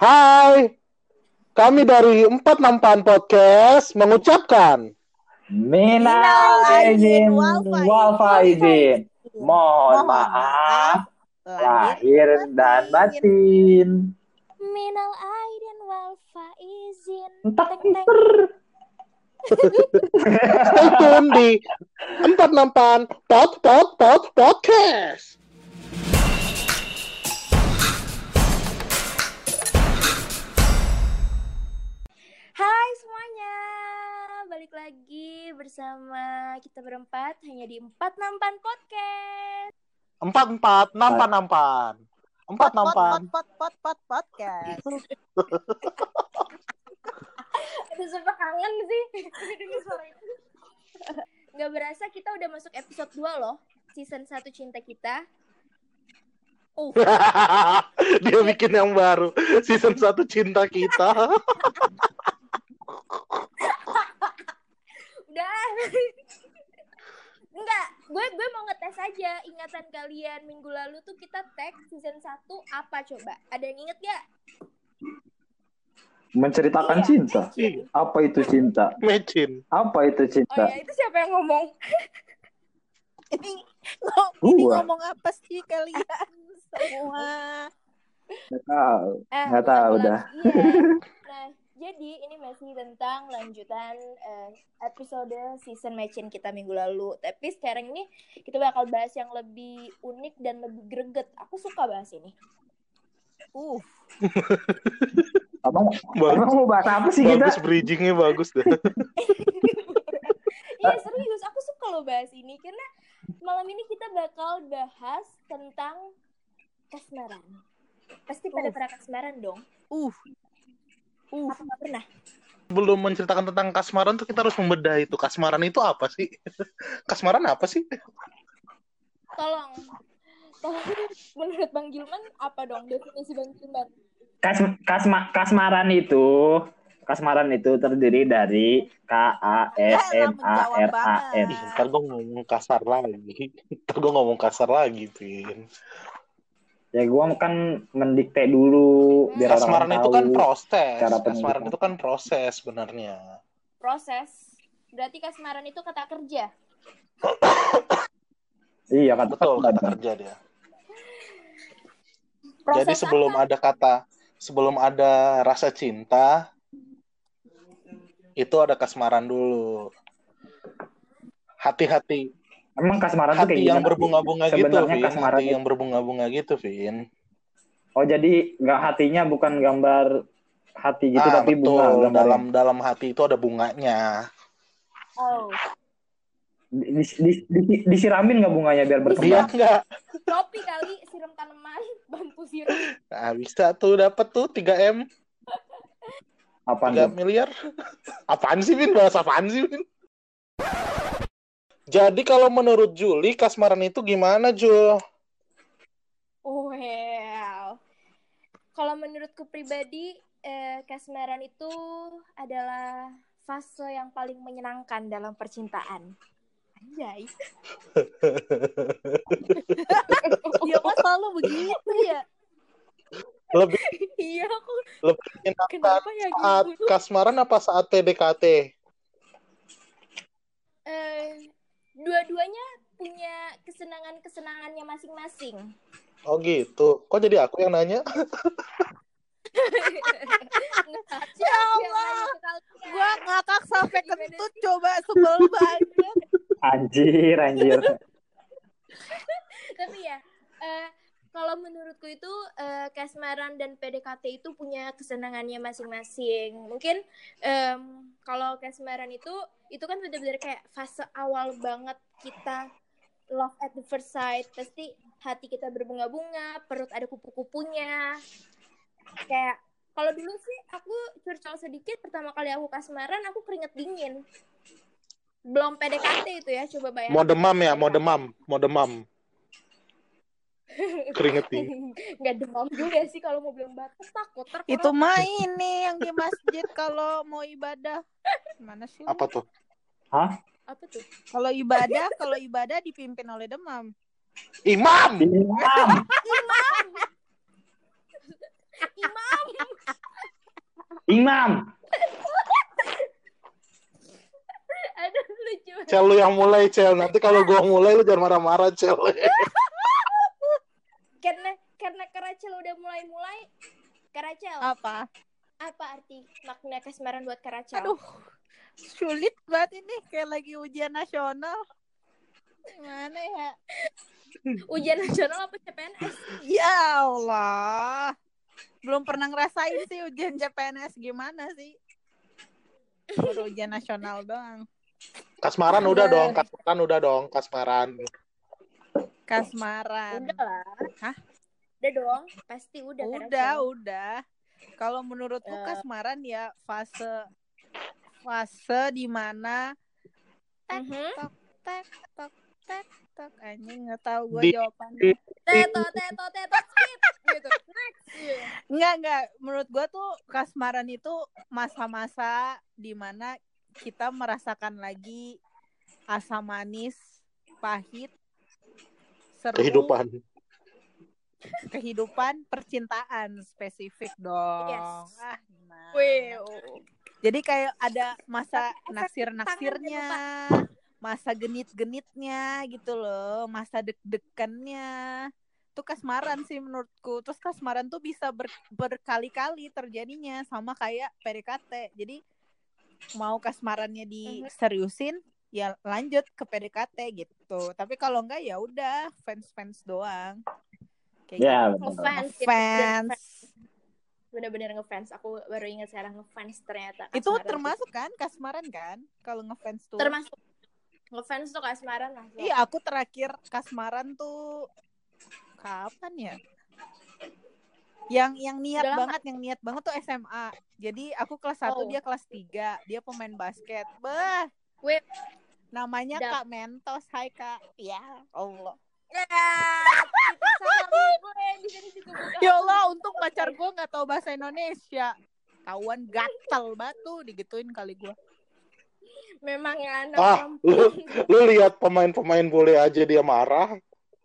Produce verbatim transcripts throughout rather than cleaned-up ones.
Hai, kami dari empat enam delapan Podcast mengucapkan Minal aidin wal faizin. Mohon maaf lahir dan batin. Minal aidin wal faizin. Entak Tek tek. stay tune di empat enam delapan Pod Pod Pod Podcast. Hai semuanya, balik lagi bersama kita berempat hanya di empat enam delapan Podcast. Empat empat enam empat enam empat empat enam empat. Pot pot pot podcast. Aduh, sumpah kangen sih dengar suara itu. Gak berasa kita udah masuk episode dua loh, season satu Cinta Kita. Uh. Dia bikin yang baru, season satu Cinta Kita. Udah. Enggak, gue gue mau ngetes aja ingatan kalian minggu lalu tuh kita tag season satu apa coba? Ada yang inget gak? Menceritakan Iya, cinta. Mecin. Apa itu cinta? Mecin. Apa itu Oh cinta? ya, itu siapa yang ngomong? Ini, ngom- ini Gua. ngomong apa sih kalian semua? Nggak tahu. Eh, Nggak tahu ulang-ulang. dah. Iya. Nah, jadi ini masih tentang lanjutan eh, episode season Mecin kita minggu lalu. Tapi sekarang ini kita bakal bahas yang lebih unik dan lebih greget. Aku suka bahas ini. Uh, Abang, Bagus. abang mau bahas apa sih kita? Bagus, bridgingnya bagus deh. Iya serius, aku suka loh bahas ini karena malam ini kita bakal bahas tentang kasmaran. Pasti pada Uh. pernah kasmaran dong. uh, uh. Apa nggak pernah? Belum menceritakan tentang kasmaran tuh kita harus membedah itu. Kasmaran itu apa sih? Kasmaran apa sih? Tolong, tolong menurut Bang Gilman apa dong definisi Bang Gilman? Kas, kasma, kasmaran itu kasmaran itu terdiri dari K A S M A R A N. Ih, ntar gue ngomong kasar lagi. Ntar gue ngomong kasar lagi, Pin. Ya gua kan mendikte dulu biar Kasmaran orang itu tahu. kan proses. cara Kasmaran pendidikan. itu kan proses sebenarnya. Proses. Berarti kasmaran itu kata kerja. Iya kata Betul, kata kata. kerja dia. Proses Jadi sebelum apa? ada kata, sebelum ada rasa cinta, itu ada kasmaran dulu. Hati-hati. Emang kasmaran tuh kayak Hati yang gimana? berbunga-bunga gitu, Sebenarnya Vin. kasmaran Hati itu- yang berbunga-bunga gitu, Vin. Oh jadi nggak hatinya bukan gambar hati gitu Ah, tapi betul. bunga gambarnya. Dalam dalam hati itu ada bunganya. Oh, Di, di- di- disiramin nggak bunganya biar Dia berkembang? enggak. Shopee kali siram tanaman, bantu siram. Nah, bisa tuh dapat tuh tiga M, Apaan tiga tuh? miliar. Apaan sih, Vin? Bahasa apaan sih, Vin? Jadi kalau menurut Juli, kasmaran itu gimana, Jul? Well, kalau menurutku pribadi, eh, kasmaran itu adalah fase yang paling menyenangkan dalam percintaan. Anjay. Ya kok selalu begitu ya? Lebih Iya, aku lebih menyenangkan kenapa ya saat gitu? kasmaran apa saat P D K T? Eh, dua-duanya punya kesenangan-kesenangannya masing-masing. Oh gitu. Kok jadi aku yang nanya? Ya Allah, gua ngakak sampai kentut coba sebel banget. Anjir, anjir. Tapi ya, eh, kalau menurutku itu eh, kasmaran dan P D K T itu punya kesenangannya masing-masing. Mungkin em, kalau kasmaran itu itu kan benar-benar kayak fase awal banget kita love at the first sight. Pasti hati kita berbunga-bunga, perut ada kupu-kupunya. Kayak kalau dulu sih aku curcol sedikit, pertama kali aku kasmaran aku keringet dingin. Belum P D K T itu ya, coba bayangin. Mau demam ya, mau demam, mau demam. Keringet nih. Nggak demam juga sih kalau mau bilang batuk, takut terkena. Itu mah ini yang di masjid kalau mau ibadah. Mana sih? Apa tuh? Hah? Apa tuh? Kalau ibadah, kalau ibadah dipimpin oleh demam. Imam. Imam. Imam. Imam. Aduh lucu. Cel, lu yang mulai, Cel. Nanti kalau gua mulai lu jangan marah-marah, Cel. Karena karena Karacel udah mulai-mulai. Karacel, Apa? apa arti makna kasmaran buat Karacel? Aduh, sulit banget ini. Kayak lagi ujian nasional. Gimana ya? Ujian nasional apa C P N S? Ya Allah. Belum pernah ngerasain sih ujian C P N S gimana sih. Baru ujian nasional doang. Kasmaran udah dong, kasmaran udah dong, kasmaran. Kasmaran. Udah lah. Hah? Udah dong, pasti udah. Udah, Karacel. udah. Kalau menurutku Uh. kasmaran ya fase fase di mana tek Mhm. tok tek tok tek tok anjing nggak tahu gue Di- jawabannya. Teto, teto, teto, skip gitu. Next. Gitu. Enggak, enggak. Menurut gue tuh kasmaran itu masa-masa di mana kita merasakan lagi asam manis, pahit, seru, Kehidupan. kehidupan, percintaan spesifik dong. Yes. Ah, gimana? Wih. Jadi kayak ada masa Efek naksir-naksirnya, masa genit-genitnya gitu loh, masa deg-degannya. Itu kasmaran sih menurutku. Terus kasmaran tuh bisa ber- berkali-kali terjadinya sama kayak P D K T. Jadi mau kasmarannya diseriusin ya lanjut ke P D K T gitu. Tapi kalau enggak ya udah fans-fans doang. Kayak Ya, gitu. betul. Ngefans. ya, Fans. Bener-bener ngefans. Aku baru ingat sekarang ngefans ternyata. Itu kasmaran termasuk kan kasmaran kan? Kalau ngefans tuh. Termasuk ngefans tuh kasmaran lah. Iya, aku terakhir kasmaran tuh kapan ya? Yang yang niat Udah lama. banget, yang niat banget tuh S M A. Jadi aku kelas satu, Oh. dia kelas tiga. Dia pemain basket. Bah, Wih. namanya Dap. Kak Mentos. Hai Kak. Ya Allah. Ya, itu sama gue di sini juga bukan. Ya Allah, untung pacar gue nggak tahu bahasa Indonesia. Tawan gatel batu digituin kali gue. Memang ya anak Ah, kampung. lu, lu lihat pemain-pemain boleh aja dia marah.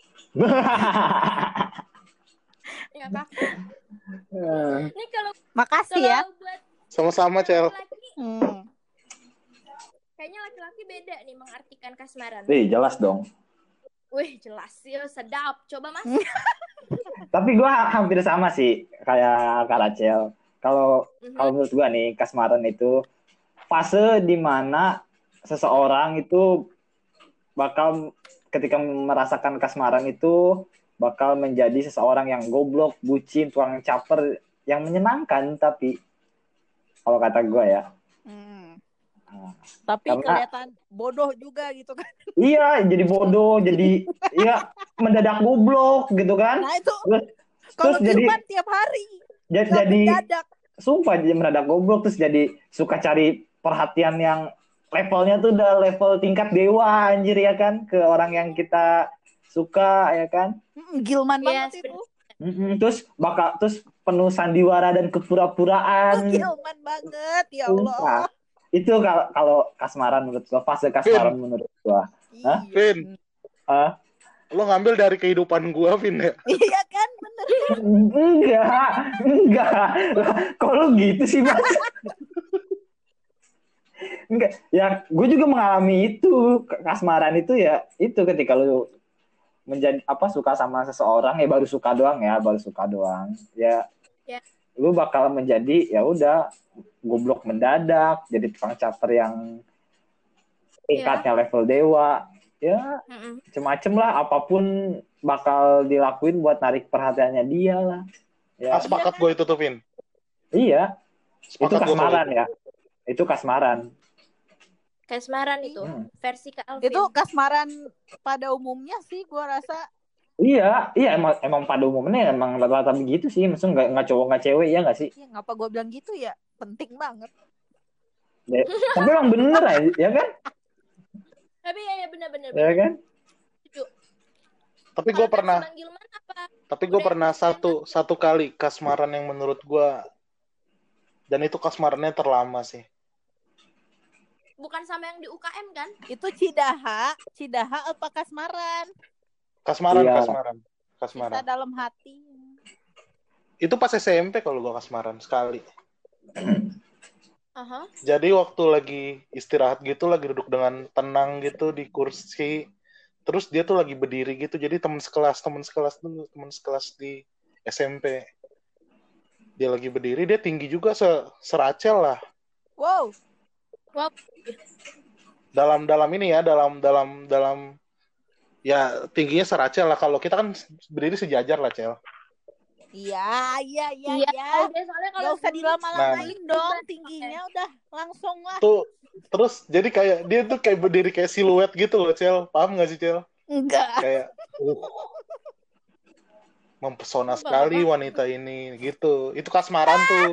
Ya, Kak. Ini kalau Makasih kalau ya. buat Sama-sama, Cel. laki-laki, Hmm. kayaknya laki-laki beda nih mengartikan kasmaran. Wih, jelas dong. Wih, jelas ya, sedap. Coba Mas. Tapi gue hampir sama sih kayak Kak Rachel. Kalau Mhm. kalau menurut gue nih kasmaran itu fase di mana seseorang itu bakal ketika merasakan kasmaran itu bakal menjadi seseorang yang goblok, bucin, tukang caper yang menyenangkan, tapi kalau kata gue ya. Hmm. Nah, Tapi Karena- kelihatan bodoh juga gitu kan. iya, jadi bodoh, jadi iya mendadak goblok gitu kan. Nah itu Terus, kalau terus jadi Firman tiap hari jadi, nggak jadi mendadak. sumpah jadi mendadak goblok, terus jadi suka cari perhatian yang levelnya tuh udah level tingkat dewa anjir ya kan, ke orang yang kita suka ya kan. Mm, Gilman Yes, banget itu. Mm-mm, terus bakal terus penuh sandiwara dan Oh, kepura-puraan. Gilman banget ya Allah. Sumpah. Itu kalau kalau kasmaran menurut gua, fase kasmaran menurut gua. Hah? Iya. Vin, Ah, lu ngambil dari kehidupan gua, Vin ya? Iya kan bener. enggak, enggak. Lah, kok lu gitu sih, Mas? Enggak, ya gue juga mengalami itu. Kasmaran itu ya itu ketika lu menjadi apa suka sama seseorang, ya baru suka doang ya, baru suka doang. Ya, Ya. lu bakal menjadi ya udah goblok mendadak, jadi tukang caper yang tingkatnya level dewa. Ya, Mm-mm. macem-macem lah, apapun bakal dilakuin buat narik perhatiannya dia lah. Ah, Ya, sepakat gue itu tuh, Vin. iya, itu Sepakat gua soal kasmaran itu. ya. Itu kasmaran. Kasmaran itu Hmm. versi ke Alvin. Itu kasmaran pada umumnya sih gua rasa. Iya, iya emang emang pada umumnya emang rata-rata begitu sih. Maksudnya nggak nggak cowok nggak cewek ya nggak sih? Ya ngapa gua bilang gitu ya? Penting banget. Ya, tapi emang bener ya, ya kan? Tapi ya, ya benar-benar. Ya kan? Tapi gue Kalau pernah, versi Bang Gilman apa? tapi gue Udah pernah ikut satu satu kali kasmaran yang menurut gue, dan itu kasmarannya terlama sih. Bukan sama yang di U K M kan? Itu Cidaha, Cidaha apa kasmaran? Kasmaran, Iya. kasmaran, Cinta kasmaran. dalam hati. Itu pas S M P kalau gue kasmaran sekali. Aha. Jadi waktu lagi istirahat gitu, lagi duduk dengan tenang gitu di kursi, terus dia tuh lagi berdiri gitu. Jadi teman sekelas, teman sekelas dulu, teman sekelas di S M P. Dia lagi berdiri, dia tinggi juga se seracel lah. Wow. Wow. Dalam dalam ini ya, dalam dalam dalam ya tingginya seracel lah. Kalau kita kan berdiri sejajar lah, Cel. Iya, iya, iya, Iya, iya. udah soalnya kalau Gak usah dulu- dilama-lamain Nah. dong tingginya, udah langsung lah. Tuh terus jadi kayak dia tuh kayak berdiri kayak siluet gitu loh, Cel. Paham gak sih, Cel? Enggak. Kayak uh, mempesona Apa, sekali apa? wanita ini gitu. Itu kasmaran tuh.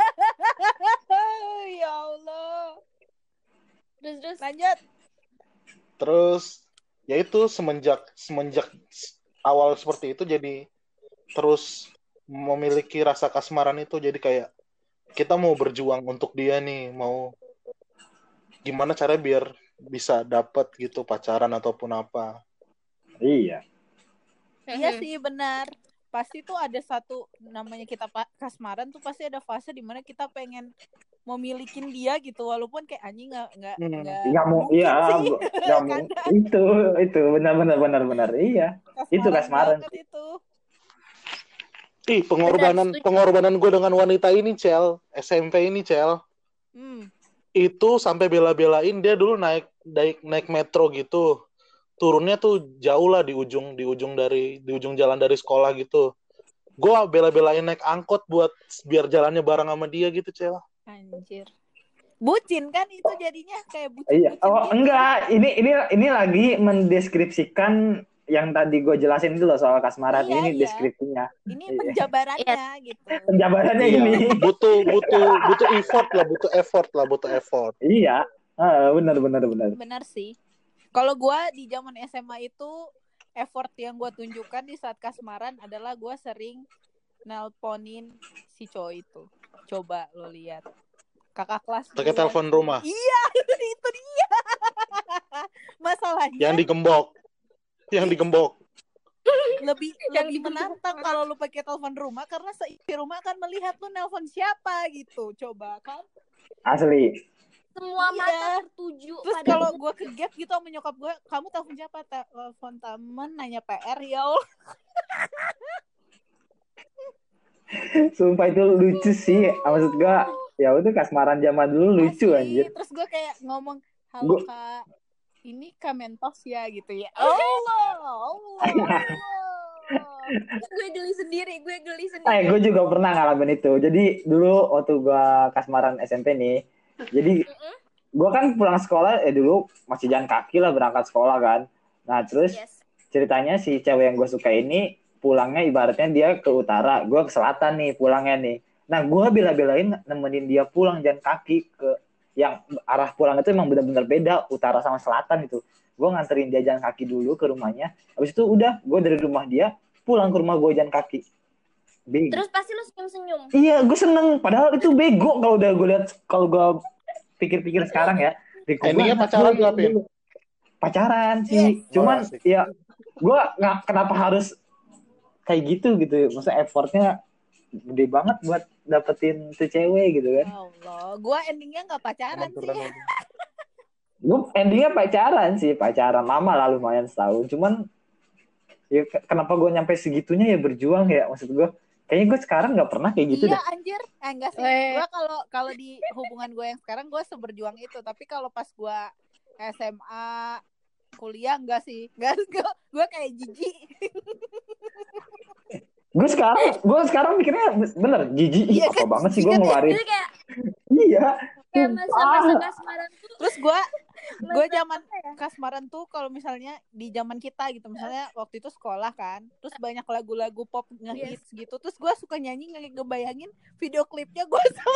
Oh. Ya Allah. Terus terus Lanjut. Terus ya itu semenjak semenjak awal seperti itu jadi terus memiliki rasa kasmaran itu, jadi kayak kita mau berjuang untuk dia nih, mau gimana cara biar bisa dapat gitu pacaran ataupun apa. Iya. Iya sih benar. Pasti tuh ada satu namanya kita pa- kasmaran tuh pasti ada fase dimana kita pengen memilikin dia gitu walaupun kayak anjing nggak nggak Hmm. nggak Nggak mau, mungkin iya, sih. nggak mau. Itu, itu benar, benar, benar, benar. Iya. Itu kasmaran. banget itu. Ih, pengorbanan Benar, setuju. pengorbanan gue dengan wanita ini, Cel, S M P ini, Cel, Hmm. itu sampai bela-belain dia dulu naik naik naik metro gitu. Turunnya tuh jauh lah di ujung di ujung dari di ujung jalan dari sekolah gitu. Gue bela-belain naik angkot buat biar jalannya bareng sama dia gitu, Cel. Anjir. Bucin kan itu jadinya kayak bucin. Iya. Oh, gitu. enggak. Ini ini ini lagi mendeskripsikan yang tadi gue jelasin itu loh soal kasmaran. Iya, Ini iya. deskripsinya. Ini Iya. penjabarannya gitu. Penjabarannya Iya, ini. butuh butuh butuh effort lah, butuh effort lah, butuh effort. Iya. Ah, benar, benar, benar. Benar sih. Kalau gue di zaman S M A itu effort yang gue tunjukkan di saat kasmaran adalah gue sering nelponin si cowok itu. Coba lo lihat. Kakak kelas Pakai gue. telepon rumah Iya, itu dia. Masalahnya yang digembok. Yang digembok. lebih Yang lebih digembok menantang orang. kalau lu pakai telepon rumah karena seisi rumah akan melihat lu nelpon siapa gitu. Coba kan. Asli. semua Iya. mata tertuju Terus pada kalau gue ke gap gitu sama nyokap gue, kamu telepon siapa? Telepon temen, nanya P R ya Allah. Sumpah itu lucu sih. Maksud gue, ya itu kasmaran zaman dulu lucu Asli. anjir. Terus gue kayak ngomong, halo Gua- kak, ini Kementos ya gitu ya. Allah, Allah, Allah. gue geli sendiri gue geli Eh, sendiri gue juga pernah ngalamin itu. Jadi dulu waktu gue kasmaran S M P nih, jadi gue kan pulang sekolah, eh dulu masih jalan kaki lah berangkat sekolah kan. Nah terus yes ceritanya si cewek yang gue suka ini pulangnya ibaratnya dia ke utara, gue ke selatan nih pulangnya nih. Nah gue bela-belain nemenin dia pulang jalan kaki ke yang arah pulang itu emang benar-benar beda, utara sama selatan itu. Gue nganterin dia jalan kaki dulu ke rumahnya. Habis itu udah gue dari rumah dia pulang ke rumah gue jalan kaki. Bego. terus pasti lu senyum senyum Iya, gue seneng. Padahal itu bego kalau udah gue lihat, kalau gue pikir-pikir sekarang ya. Bego Endingnya banget. pacaran Gue- gak, Pin? Pacaran sih. Yes. Cuman Oh, asik. ya gue nggak kenapa harus kayak gitu gitu. Maksudnya effortnya gede banget buat dapetin tuh cewek gitu kan. Ya Allah, gue endingnya nggak pacaran Emang sih. keren. Gue endingnya pacaran sih, pacaran lama lah lumayan setahun. Cuman ya ke- kenapa gue nyampe segitunya ya berjuang ya. Maksud gue kayaknya gue sekarang nggak pernah kayak gitu Iya deh. anjir, eh, enggak sih. Eh. Gue kalau kalau di hubungan gue yang sekarang gue seberjuang itu, tapi kalau pas gue S M A, kuliah enggak sih, enggak, gue kayak jijik. Gue sekarang gue sekarang mikirnya bener jijik. Ih, Iya apa kan, banget sih gue jijik kan? ngeluarin. jadi kayak Iya. kayak Sumpah. masa-masa kasmaran tuh Terus gue gue masa zaman apa ya? kasmaran tuh kalau misalnya di zaman kita gitu, misalnya waktu itu sekolah kan, terus banyak lagu-lagu pop ngehits gitu, terus gue suka nyanyi nge- ngebayangin video klipnya gue sama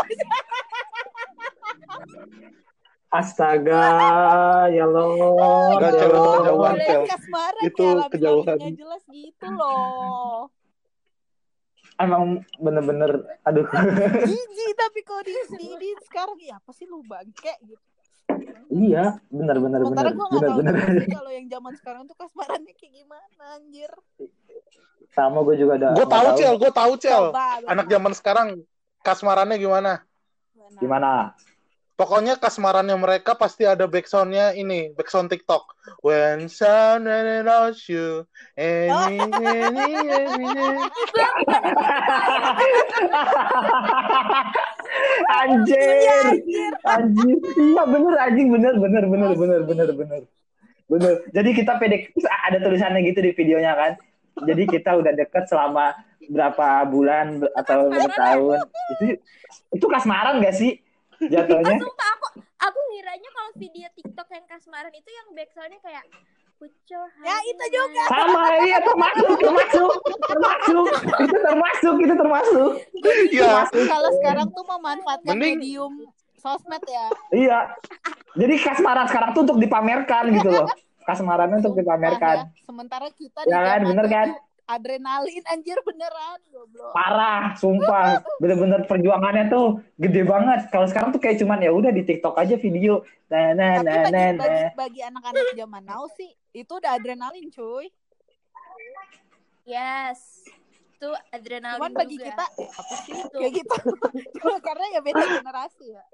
Astaga, ya Allah. Enggak, ya Cel, itu Allah. kejauhan, Boleh Cel. kasmaran Itu ya, lagu-lagu kejauhan. nggak jelas gitu loh. Emang bener-bener, aduh. Jijik tapi kalau di, di, di sekarang ya apa sih lu bangke gitu. Iya, bener-bener, Sementara bener, gue nggak tahu bener-bener. juga sih kalau yang zaman sekarang tuh kasmarannya kayak gimana anjir. Sama gue juga ada. Gue nggak tahu, Cel, gue tahu, Cel. Coba lu Anak tahu. zaman sekarang kasmarannya gimana? Gimana? Gimana? Pokoknya kasmarannya mereka pasti ada backsoundnya ini, backsound TikTok. When sun knows you, any, any, any. Anjir, anjir, iya bener anjing, bener, bener, bener, bener, Asli. bener, bener, bener. Jadi kita pede, ada tulisannya gitu di videonya kan. Jadi kita udah deket selama berapa bulan ber- atau berapa tahun. Itu itu kasmaran gak sih Oh, jatuhnya? sumpah aku aku ngiranya kalau video TikTok yang kasmaran itu yang backsoundnya kayak put your hand Ya, itu juga. Sama, iya termasuk, termasuk, termasuk, itu termasuk, itu termasuk. Iya. Kalau sekarang tuh memanfaatkan Mending- medium sosmed ya. Iya. Jadi kasmaran sekarang tuh untuk dipamerkan gitu loh. Kasmarannya untuk Sumpah dipamerkan. ya. Sementara kita Ya kan, zamannya bener kan? tuh adrenalin anjir beneran goblok. Parah, sumpah. Bener-bener perjuangannya tuh gede banget. Kalau sekarang tuh kayak cuman ya udah di TikTok aja video. Nah, nah, Tapi nah, bagi, nah, bagi, nah. bagi anak-anak zaman now sih itu udah adrenalin cuy. yes itu adrenalin Cuman bagi juga. kita eh, apa sih Itu. kayak gitu. Cuma karena ya beda generasi ya.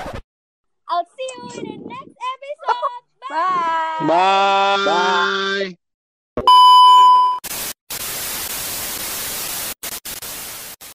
I'll see you in the next episode. Bye. Bye.